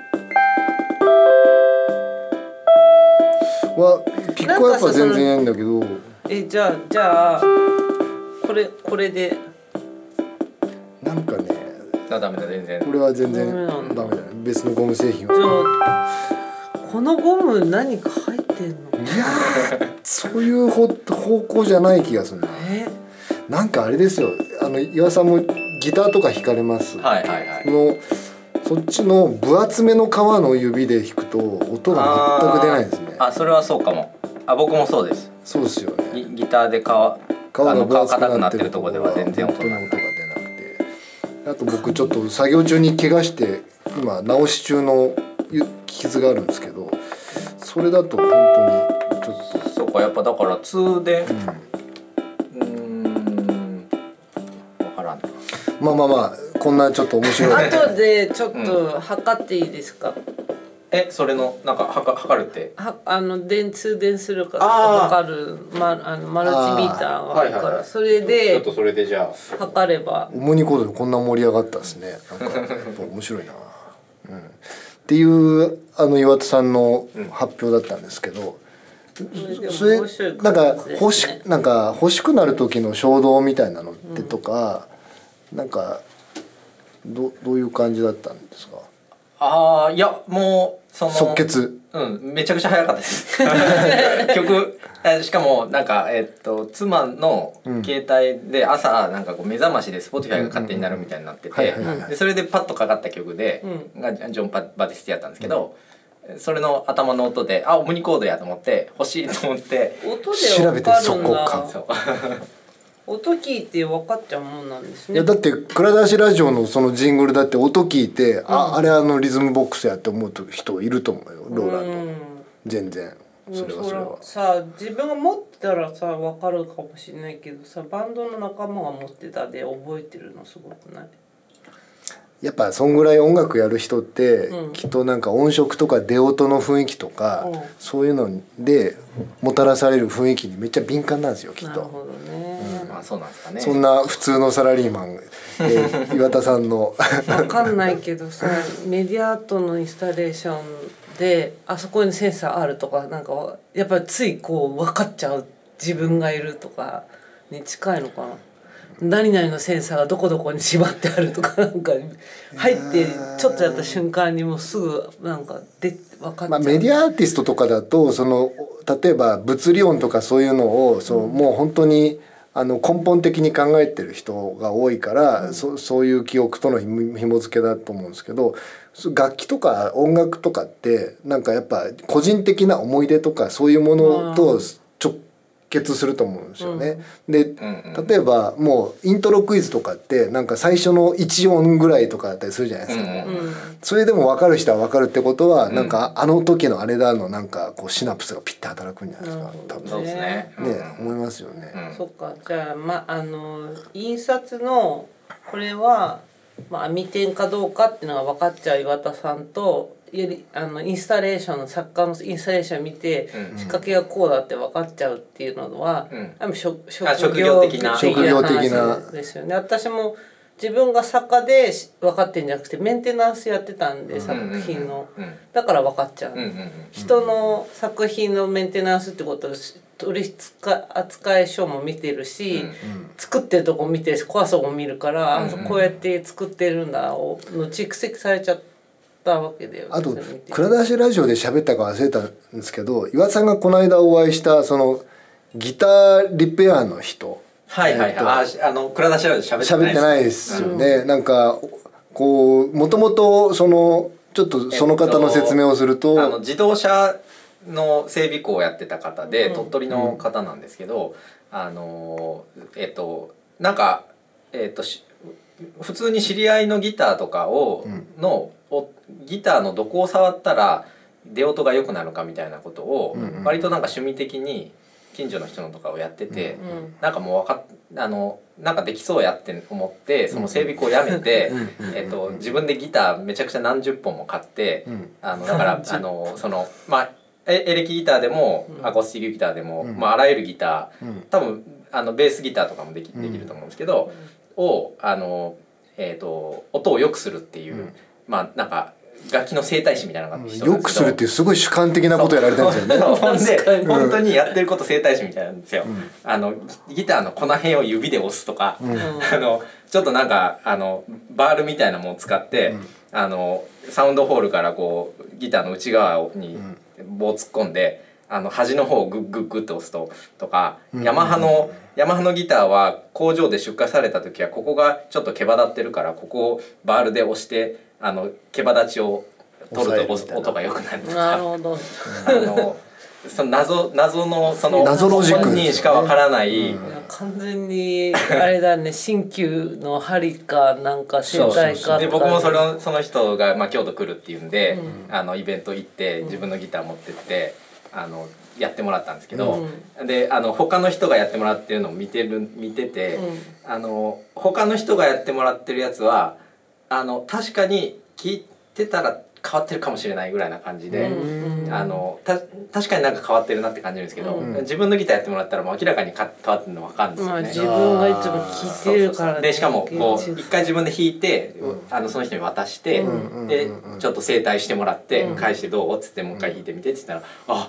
クはやっぱ全然ないんだけど。 じゃあこれでなんかね。 ダメだ全然。 これは全然ダメだね。別のゴム製品を。 このゴム何か入ってんの？ いやそういう方向じゃない気がするな。なんかあれですよ。岩さんもギターとか弾かれます。そっちの分厚めの革の指で弾くと音が全く出ないですね。 それはそうかも。僕もそうです。 そうですよね。 ギターで革が硬くなってるところでは全然音が出なくて。あと僕ちょっと作業中に怪我して今直し中の傷があるんですけど、それだと本当にちょっとそうか、やっぱだから通電分からん。 まあこんなちょっと面白い後でちょっと測っていいですか？ それのなんか測るって通電するか測るマルチミーターがあるからそれでちょっとそれでじゃあ測れば。 オムニコードでこんな盛り上がったですね。なんかやっぱ面白いな。っていう岩田さんの発表だったんですけど、それなんか欲しくなる時の衝動みたいなのってとか、なんかどういう感じだったんですか？ いやもうその即決。 めちゃくちゃ早かったです曲しかもなんか、妻の携帯で朝なんかこう目覚ましで Spotify が勝手になるみたいになってて、でそれでパッとかかった曲で、がジョン・バティスティやったんですけど、それの頭の音でオムニコードやと思って欲しいと思って音で分かるんだ。 そう音聞いて分かっちゃうもんなんですね。 いやだって蔵出しラジオのそのジングルだって音聞いて、あれリズムボックスやって思う人いると思うよ、ローランド。全然それはさ、自分が持ってたらさ分かるかもしれないけどさ、バンドの仲間が持ってたで覚えてるのすごくない？ やっぱそんぐらい音楽やる人って、きっとなんか音色とか出音の雰囲気とか、そういうのでもたらされる雰囲気にめっちゃ敏感なんですよ、きっと。 なるほどね。 まあそうなんですかね。 そんな普通のサラリーマン、岩田さんの分かんないけどさ、メディアアートのインスタレーションであそこにセンサーあるとか、なんかやっぱりついこう分かっちゃう自分がいるとかに近いのかな。何々のセンサーがどこどこに縛ってあるとか、なんか入ってちょっとやった瞬間にもうすぐなんか分かっちゃう。 メディアアーティストとかだと例えば物理音とかそういうのをもう本当に根本的に考えてる人が多いから、そういう記憶との紐付けだと思うんですけど、楽器とか音楽とかってなんかやっぱ個人的な思い出とかそういうものと直結すると思うんですよね。で例えばもうイントロクイズとかってなんか最初の1音ぐらいとかだったりするじゃないですか。それでも分かる人は分かるってことは、なんか時のあれだのなんかこうシナプスがピッて働くんじゃないですか、多分。 そうですね。 思いますよね。 そっか。じゃあ印刷のこれは網点かどうかっていうのが分かっちゃう岩田さんと、インスタレーションの作家のインスタレーション見て、仕掛けがこうだって分かっちゃうっていうのは、職業的な話ですよね。私も自分が作家で分かってんじゃなくてメンテナンスやってたんで、作品のだから分かっちゃう。人の作品のメンテナンスってことは取扱書も見てるし、作ってるとこ見てるし怖さも見るから、こうやって作ってるんだの蓄積されちゃったわけだよ。 あと蔵出しラジオで喋ったか忘れたんですけど、岩田さんがこの間お会いしたそのギターリペアの人、 蔵出しラジオで喋ってないですよね。なんかこうもともとちょっとその方の説明をすると、 自動車の整備工をやってた方で、鳥取の方なんですけど、なんか普通に知り合いのギターとかギターのどこを触ったら出音が良くなるかみたいなことを割となんか趣味的に近所の人のとかをやってて、なんかもうなんかできそうやって思ってその整備工をやめて自分でギターめちゃくちゃ何十本も買って、だからエレキギターでもアコースティックギターでも、あらゆるギター、多分ベースギターとかもできると思うんですけど、音を良くするっていう、なんか楽器の整体師みたいなのが人良くするっていうすごい主観的なことやられてるんですよね。 ほんで本当にやってること整体師みたいなんですよ。ギターのこの辺を指で押すとか、ちょっとなんかバールみたいなものを使って、サウンドホールからこうギターの内側に棒突っ込んで端の方をグッグッグッと押すとか、ヤマハのギターは工場で出荷された時はここがちょっと毛羽立ってるからここをバールで押して毛羽立ちを取ると音が良くなるとか。 なるほど。 その謎のそのロジック本人しかわからない、 完全にあれだね、鍼灸の針かなんか整体かとか、 で僕もその人が京都来るっていうんで、イベント行って自分のギター持ってってやってもらったんですけど、で他の人がやってもらってるのを見てて、他の人がやってもらってるやつは確かに聞いてたら変わってるかもしれないぐらいな感じで、確かになんか変わってるなって感じるんですけど、自分のギターやってもらったらもう明らかに変わってるの分かるんですよね。 自分がいつも聴いてるからね。 でしかもこう一回自分で弾いてその人に渡して、でちょっと整体してもらって返してどうっつってもう一回弾いてみてって言ったら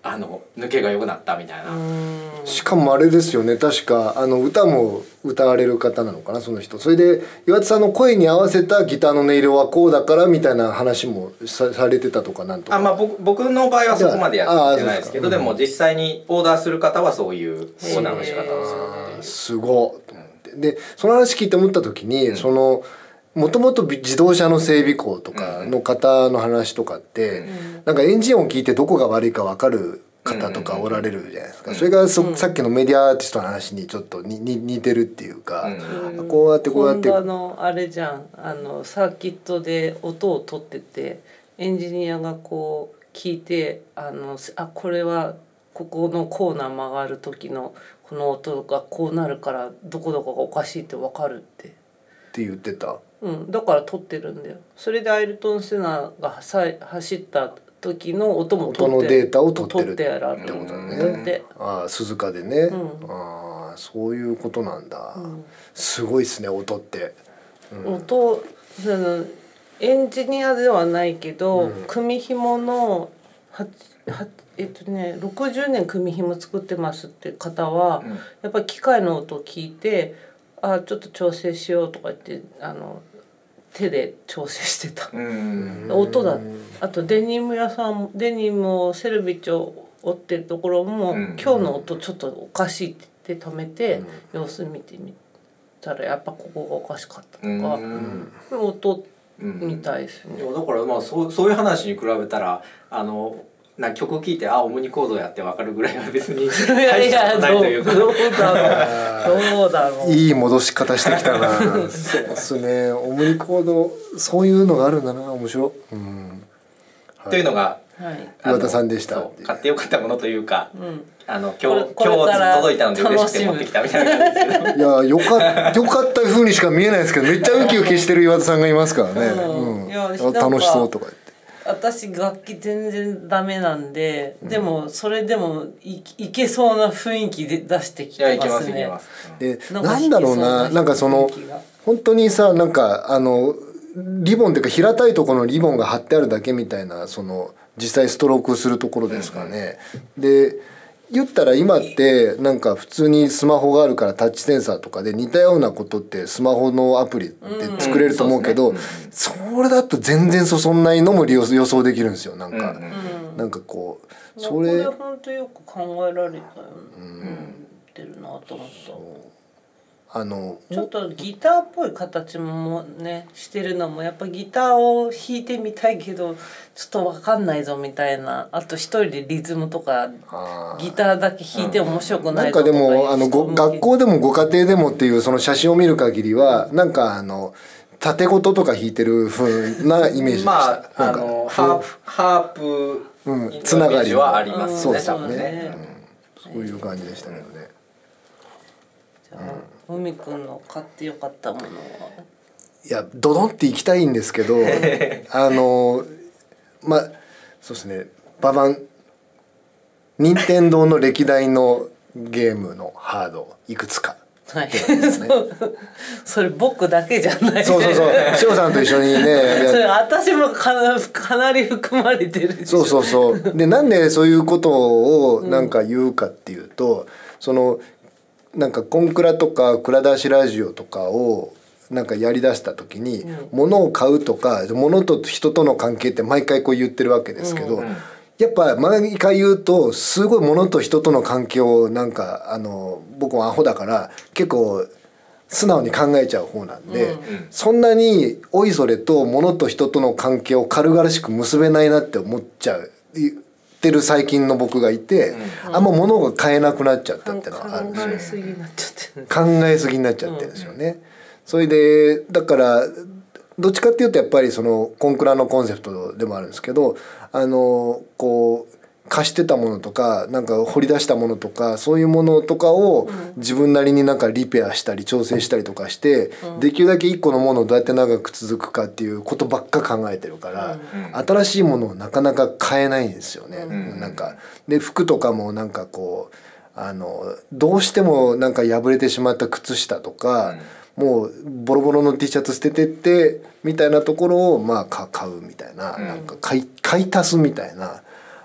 抜けが良くなったみたいな。 しかもあれですよね、確か歌も歌われる方なのかなその人。それで岩田さんの声に合わせたギターの音色はこうだからみたいな話もされてたとかなんとか。 まあ僕の場合はそこまでやってないですけど、でも実際にオーダーする方はそういうオーダーの仕方をするっていう。 すごい。でその話聞いて思った時に、もともと自動車の整備工とかの方の話とかって、なんかエンジン音聞いてどこが悪いか分かる方とかおられるじゃないですか。それがさっきのメディアアーティストの話にちょっと似てるっていうか、こうやってこうやって。 ホンダのあれじゃん、サーキットで音を取っててエンジニアがこう聞いてこれはここのコーナー曲がる時のこの音がこうなるからどこどこがおかしいって分かるって言ってた。 だから撮ってるんだよ。それでアイルトン・セナが走った時の音も音のデータを取ってるってやらってことだね。 鈴鹿でね、そういうことなんだ、すごいですね音って、 音エンジニアではないけど、組紐の60年組紐作ってますって方は、やっぱり機械の音を聞いてちょっと調整しようとか言って手で調整してた。音だ。あとデニム屋さん、デニムをセルビッチを折ってるところも、今日の音ちょっとおかしいって言って止めて、様子見てみたらやっぱここがおかしかったとか、音みたいですね。 だからまあそういう話に比べたら曲聴いてオムニコードやって分かるぐらいは別に大したないというか。 どうだろう。 いい戻し方してきたな。そうですね。オムニコードそういうのがあるんだな。面白い。 というのが岩田さんでした。 買ってよかったものというか、今日届いたので嬉しくて持ってきたみたいな感じですけど。いやよかった風にしか見えないですけど、めっちゃウキウキしてる岩田さんがいますからね。楽しそうとか言って。 私楽器全然ダメなんで、でもそれでもいけそうな雰囲気で出してきてますね。 でなんだろうな、なんか本当にさ、なんかリボンっていうか平たいところのリボンが貼ってあるだけみたいな実際ストロークするところですかね。で言ったら今ってなんか普通にスマホがあるからタッチセンサーとかで似たようなことってスマホのアプリで作れると思うけど、それだと全然そんなのも予想できるんですよ。なんかこうそれ本当よく考えられたよ、ってるなと思った。ちょっとギターっぽい形もねしてるのもやっぱギターを弾いてみたいけどちょっと分かんないぞみたいな、あと一人でリズムとかギターだけ弾いて面白くないぞとか、 なんかでも学校でもご家庭でもっていうその写真を見る限りはなんか縦琴とか弾いてる風なイメージでした。 ハープつながりはありますね。 そうですね。そういう感じでしたけどね。 じゃあ海くんの買ってよかったものは。 いやドドンっていきたいんですけどそうですね、ババン任天堂の歴代のゲームのハードいくつか。 はい、それ僕だけじゃない。 そう翔さんと一緒にね。 それ私もかなり含まれてるでしょ。 そうでなんでそういうことをなんか言うかっていうと、なんかコンクラとか蔵出しラジオとかをなんかやりだした時に、物を買うとか物と人との関係って毎回こう言ってるわけですけど、やっぱ毎回言うとすごい物と人との関係をなんか僕もアホだから結構素直に考えちゃう方なんで、そんなにおいそれと物と人との関係を軽々しく結べないなって思っちゃうてる最近の僕がいて、あんま物が買えなくなっちゃったっていうのはあるんですよ。考えすぎになっちゃってるんですよね。それでだからどっちかっていうとやっぱりコンクラのコンセプトでもあるんですけど、こう貸してたものとかなんか掘り出したものとかそういうものとかを自分なりになんかリペアしたり調整したりとかして、できるだけ一個のものをどうやって長く続くかっていうことばっか考えてるから、新しいものをなかなか買えないんですよね。なんかで服とかもなんかこうどうしてもなんか破れてしまった靴下とか、もうボロボロの T シャツ捨ててってみたいなところを買うみたいな、なんか買い足すみたいな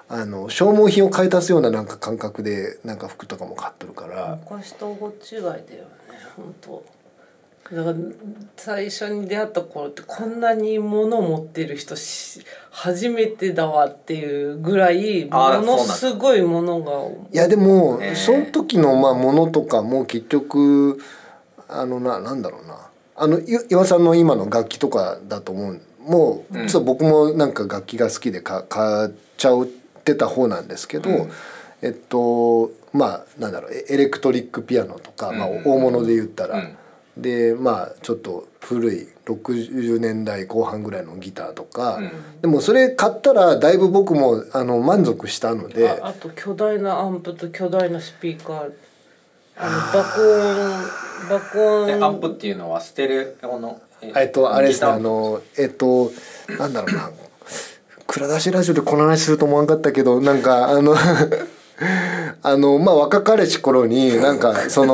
消耗品を買い足すようななんか感覚でなんか服とかも買っとるから。 昔と大違いだよね本当。だから最初に出会った頃ってこんなに物を持ってる人初めてだわっていうぐらいものすごいものが。 いやでもその時のまあものとかも結局なんだろうな岩さんの今の楽器とかだと思う。もう実は僕もなんか楽器が好きで買っちゃってた方なんですけど、まあなんだろうエレクトリックピアノとか、まあ、大物で言ったら。でまあちょっと古い60年代後半ぐらいのギターとか、でもそれ買ったらだいぶ僕も満足したので、 あと巨大なアンプと巨大なスピーカー、爆音アンプっていうのはステレオのあれですねなんだろうな蔵出しラジオでこの話すると思わんかったけどなんかまあ若かりし頃になんか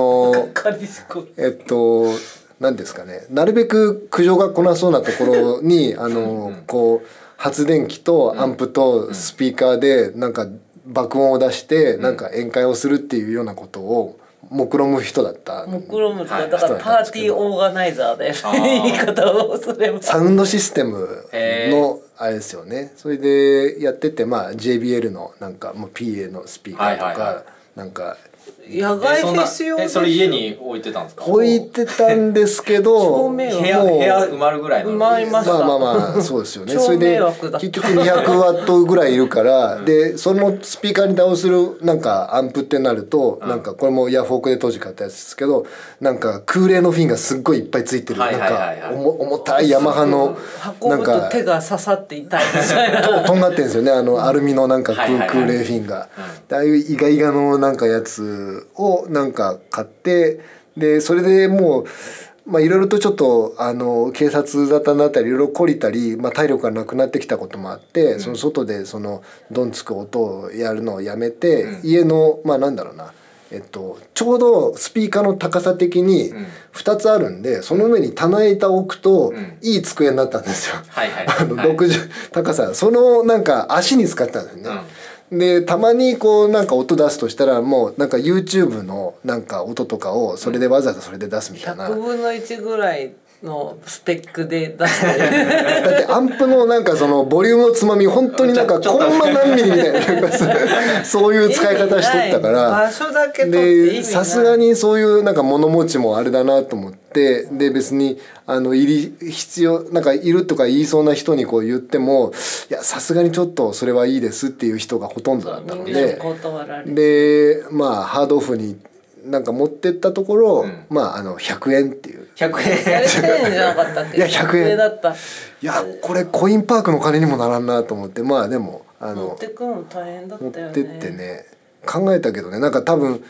何ですかねなるべく苦情が来なそうなところにこう発電機とアンプとスピーカーでなんか爆音を出してなんか宴会をするっていうようなことを目論む人だった。 目論むとかだからパーティーオーガナイザーで言い方をすればサウンドシステムのあれですよね。それでやっててまあ JBL のなんかPA のスピーカーとかなんか野外フェス用でそれ家に置いてたんですか？ 置いてたんですけど部屋埋まるぐらいの。 埋まりました。 まあそうですよね。それで結局200ワットぐらいいるからでそのスピーカーに倒するなんかアンプってなるとなんかこれもヤフオクで当時買ったやつですけどなんか空冷のフィンがすっごいいっぱいついてるなんか重たいヤマハのなんか手が刺さって痛いみたいなとんがってるんですよねアルミのなんか空冷フィンが。ああいうイガイガのなんかやつをなんか買ってでそれでもういろいろとちょっと警察沙汰になったりいろいろ懲りたり、体力がなくなってきたこともあって、その外でドンつく音をやるのをやめて、家のなんだろうなちょうどスピーカーの高さ的に2つあるんでその上に棚板を置くといい机になったんですよ。60高さそのなんか足に使ったんですね。でたまにこうなんか音出すとしたらもうなんか YouTube のなんか音とかをそれでわざわざそれで出すみたいな。 100分の1ぐらいのスペックで出してだってアンプのなんかそのボリュームのつまみ本当になんかコンマ何ミリみたいなそういう使い方しとったから場所だけ取って意味ない。 さすがにそういうなんか物持ちもあれだなと思ってで別に必要なんかいるとか言いそうな人にこう言ってもいやさすがにちょっとそれはいいですっていう人がほとんどだったのででハードオフになんか持ってったところ、100円っていう 100円 1000円じゃなかったっけ？ いや100円だった。 いやこれコインパークの金にもならんなと思ってでも持ってくの大変だったよね。 持ってってね考えたけどねなんか多分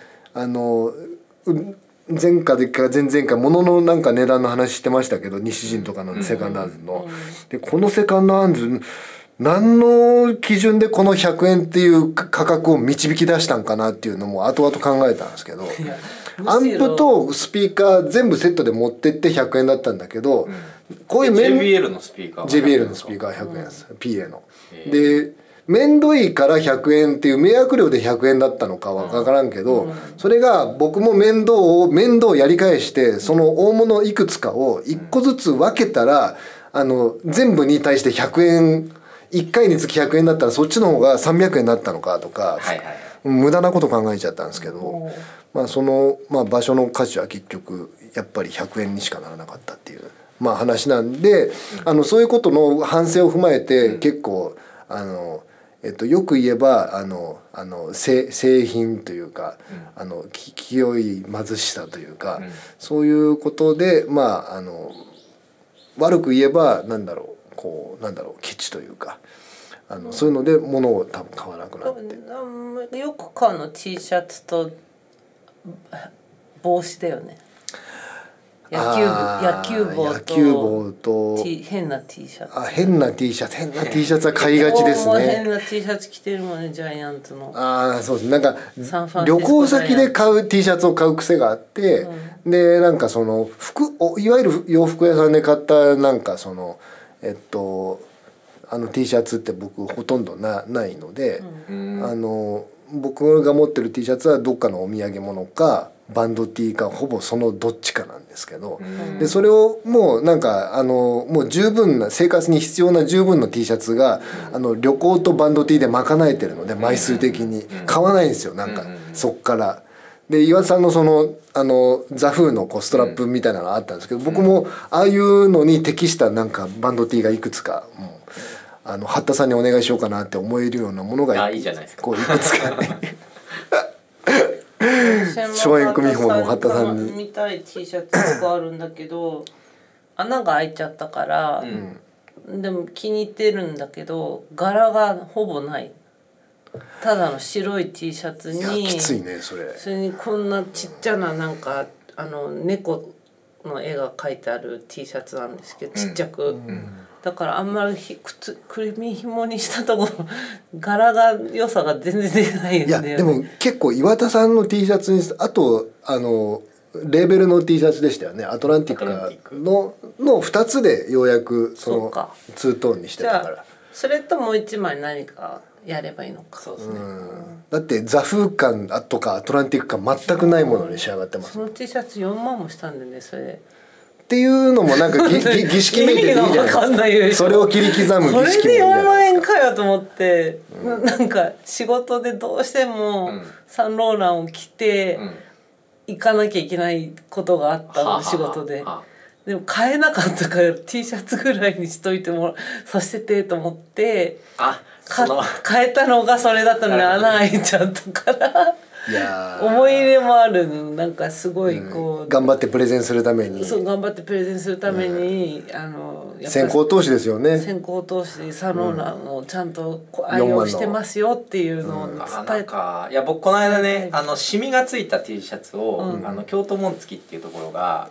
前回か前々回物のなんか値段の話してましたけど西陣とかのセカンドハンズの、でこのセカンドハンズ何の基準でこの100円っていう価格を導き出したんかなっていうのも後々考えたんですけどアンプとスピーカー全部セットで持ってって100円だったんだけど、こういう JBL のスピーカー JBL のスピーカー100円です、PA の。で面倒いから100円っていう迷惑料で100円だったのかは分からんけど、それが僕も面倒をやり返してその大物いくつかを1個ずつ分けたら全部に対して100円1回につき100円だったらそっちの方が300円だったのかとか、無駄なこと考えちゃったんですけど、その、場所の価値は結局やっぱり100円にしかならなかったっていう、話なんでそういうことの反省を踏まえて結構よく言えば製品というか清い貧しさというか、そういうことで悪く言えばケチというかそういうので物を多分買わなくなって。 よく買うの T シャツと帽子だよね。野球帽と変な T シャツ。 変な T シャツは買いがちですね。 変な T シャツ着てるもんねジャイアンツの。 そうです。なんか旅行先で買う T シャツを買う癖があって、でなんかそのいわゆる洋服屋さんで買ったなんか T シャツって僕ほとんどないので、僕が持ってる T シャツはどっかのお土産物かバンド T かほぼそのどっちかなんですけど、でそれをもうなんかもう十分な生活に必要な十分の T シャツが旅行とバンド T で賄えてるので枚数的に買わないんですよなんかそっから。で岩田さんのそのザフーのストラップみたいなのがあったんですけど、僕もああいうのに適したなんかバンド T がいくつか八田さんにお願いしようかなって思えるようなものがいいじゃないですか。 こういくつかね松園組法の八田さんに見たい T シャツがあるんだけど穴が開いちゃったから、でも気に入ってるんだけど柄がほぼない。ただの白い T シャツにきついねそれにこんなちっちゃななんか猫の絵が描いてある T シャツなんですけどちっちゃく、だからあんまり首紐にしたところ柄が良さが全然出ないんだよね。 いやでも結構岩田さんの T シャツにあとレーベルの T シャツでしたよね。アトランティックの2つでようやくそのツートーンにしてたから。 それともう1枚何かやればいいのか。 そうですね。 だってザ風感とかアトランティック感全くないものに仕上がってます。 その T シャツ4万もしたんでねそれ。 っていうのもなんか儀式めいてていいじゃないですか。それを切り刻む儀式もいいじゃないですか。 これで4万円かよと思って、なんか仕事でどうしてもサンローランを着て行かなきゃいけないことがあったの、仕事で。でも買えなかったから T シャツぐらいにしといてもさせてと思って買えたのがそれだったのに穴開いちゃったからいや思い入れもあるの。なんかすごい頑張ってプレゼンするために頑張ってプレゼンするために、 先行投資ですよね。 先行投資でサローランをちゃんと愛用してますよっていうのを伝えた。いや僕この間ねシミがついた T シャツを、京都紋付っていうところが、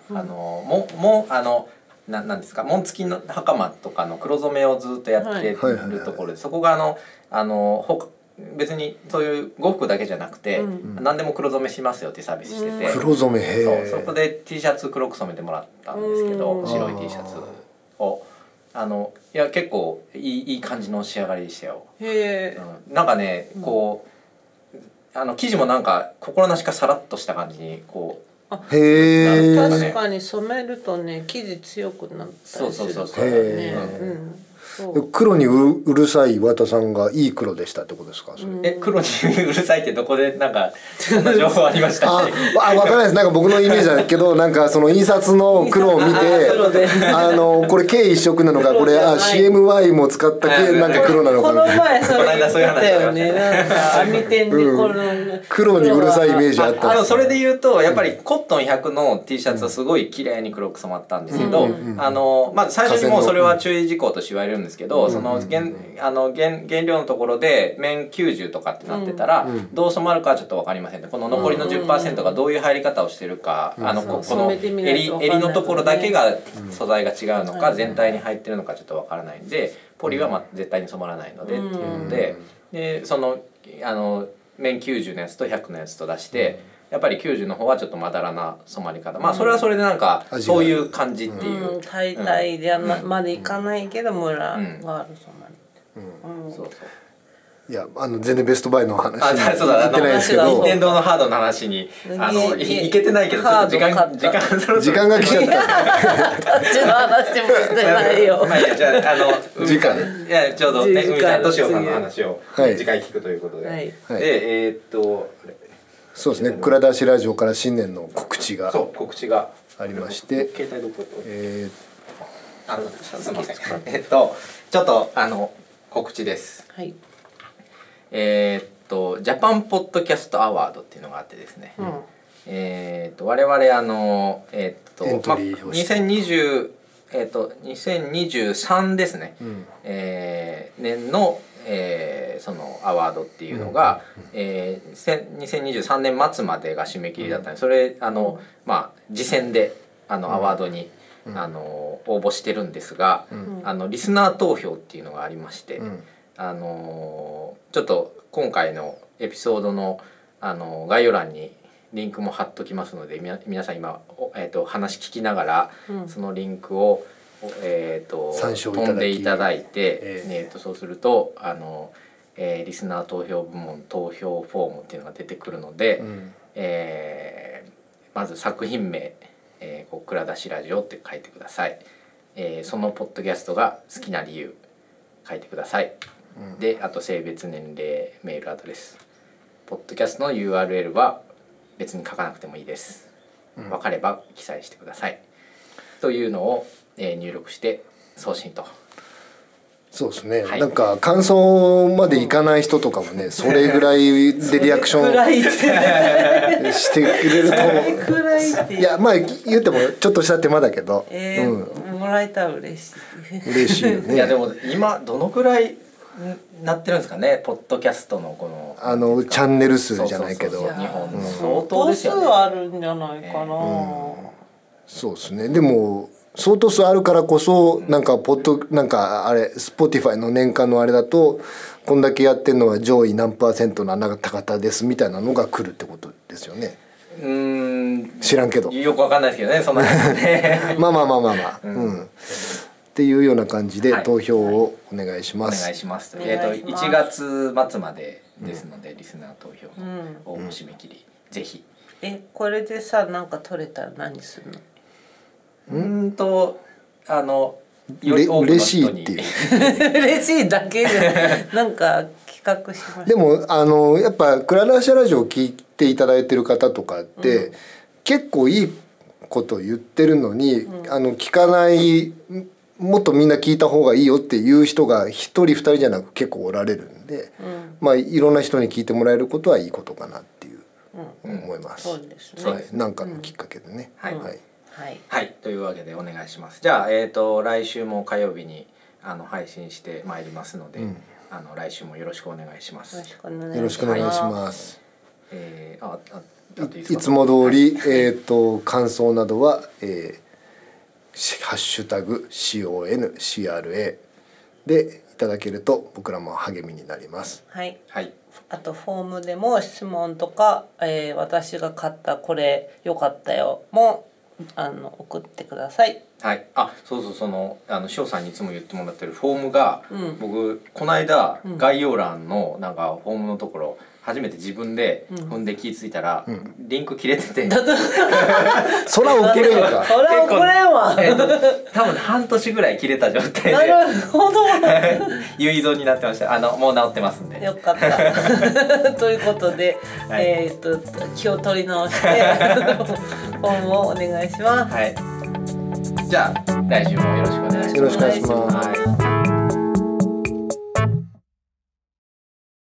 なんですか紋付の袴とかの黒染めをずっとやってるところで、そこが別にそういう呉服だけじゃなくて、何でも黒染めしますよってサービスしてて、 黒染めそこで T シャツ黒く染めてもらったんですけど、白い T シャツをいや結構いい感じの仕上がりでしたよ。なんかね生地もなんか心なしかさらっとした感じに確かに染めるとね生地強くなったりするからね。 黒にうるさい岩田さんがいい黒でしたってことですか。 黒にうるさいってどこでなんかそんな情報ありましたっけ？ 分からないです。なんか僕のイメージだけどなんかその印刷の黒を見てこれK一色なのかこれCMY も使ったなんか黒なのかこの前それ言ってたよね。なんか網店で黒にうるさいイメージあった。 それで言うとやっぱりコットン100の T シャツはすごい綺麗に黒く染まったんですけど、まず最初にもうそれは注意事項として言われるんですけど、その原料のところで面90とかってなってたら、どう染まるかはちょっと分かりませんね。この残りの 10% がどういう入り方をしてるか、この襟のところだけが素材が違うのか、全体に入ってるのかちょっと分からないんで、ポリは絶対に染まらないのでっていうので、その面90のやつと100のやつと出して。やっぱり90の方はちょっとまだらな染まり方、それはそれでなんかそういう感じっていう、 大体でまでいかないけどムラがある染まり。そうそう。 いや全然ベストバイの話に行ってないですけど、任天堂のハードの話にいけてないけどちょっと時間が来ちゃった。 タッチの話もしてないよ。 じゃあ時間いやちょうどね海さんとしおさんの話を次回聞くということで、でそうですね。倉田氏ラジオから新年の告知がありまして、 携帯どこすみません。ちょっと告知です。 はい。 ジャパンポッドキャストアワードっていうのがあってですね。我々2023ですね。年のそのアワードっていうのが、2023年末までが締め切りだったんで、それ次戦でアワードに応募してるんですが、リスナー投票っていうのがありまして、ちょっと今回のエピソードの概要欄にリンクも貼っときますので、皆さん今話聞きながらそのリンクを飛んでいただいて、そうするとリスナー投票部門投票フォームっていうのが出てくるので、まず作品名、蔵出しラジオって書いてください。そのポッドキャストが好きな理由書いてください。であと性別年齢メールアドレス、ポッドキャストの URL は別に書かなくてもいいです。分かれば記載してくださいというのを、入力して送信と。 そうですね、なんか感想までいかない人とかもね、それぐらいでリアクションしてくれるといやまあ言ってもちょっとした手間だけど、 もらえたら嬉しい嬉しいよね。 いやでも今どのくらいなってるんですかね、ポッドキャストのこのチャンネル数じゃないけど、 日本の相当ですよね。数あるんじゃないかな。 そうですね。でも相当数あるからこそ、なんかなんかあれSpotifyの年間のあれだとこんだけやってるのは上位何%のあなた方ですみたいなのが来るってことですよね。知らんけどよくわかんないですけどね、そんなねまあ、っていうような感じで投票をお願いします。 お願いします。1月末までですので、リスナー投票の応募締め切り、ぜひ。 これでさ、なんか取れたら何するの？ 嬉しいっていう嬉しいだけでなんか企画しました。 でもやっぱ蔵出しラジオを聞いていただいてる方とかって、結構いいこと言ってるのに、聞かない、もっとみんな聞いた方がいいよっていう人が一人二人じゃなく結構おられるんで、まあいろんな人に聞いてもらえることはいいことかなっていう思います。 そうですね。 なんかのきっかけでね。 はい、というわけでお願いします。じゃあ、来週も火曜日に配信してまいりますので、来週もよろしくお願いします。 よろしくお願いします。いつも通り、感想などは、ハッシュタグ CONCRA でいただけると僕らも励みになります。 はい。あとフォームでも質問とか、私が買ったこれ良かったよも送ってください。 はい。そう塩さんにいつも言ってもらってるフォームが、僕この間概要欄のなんかフォームのところ初めて自分で踏んで気づいたら、リンク切れてて、 そら送れんか。 そら送れんわ。 多分半年ぐらい切れた状態で。 なるほど。 遺存になってました。もう治ってますんで。 よかった。ということで、気を取り直してフォームをお願いします。 はい。じゃあ来週もよろしくお願いします。 よろしくお願いします。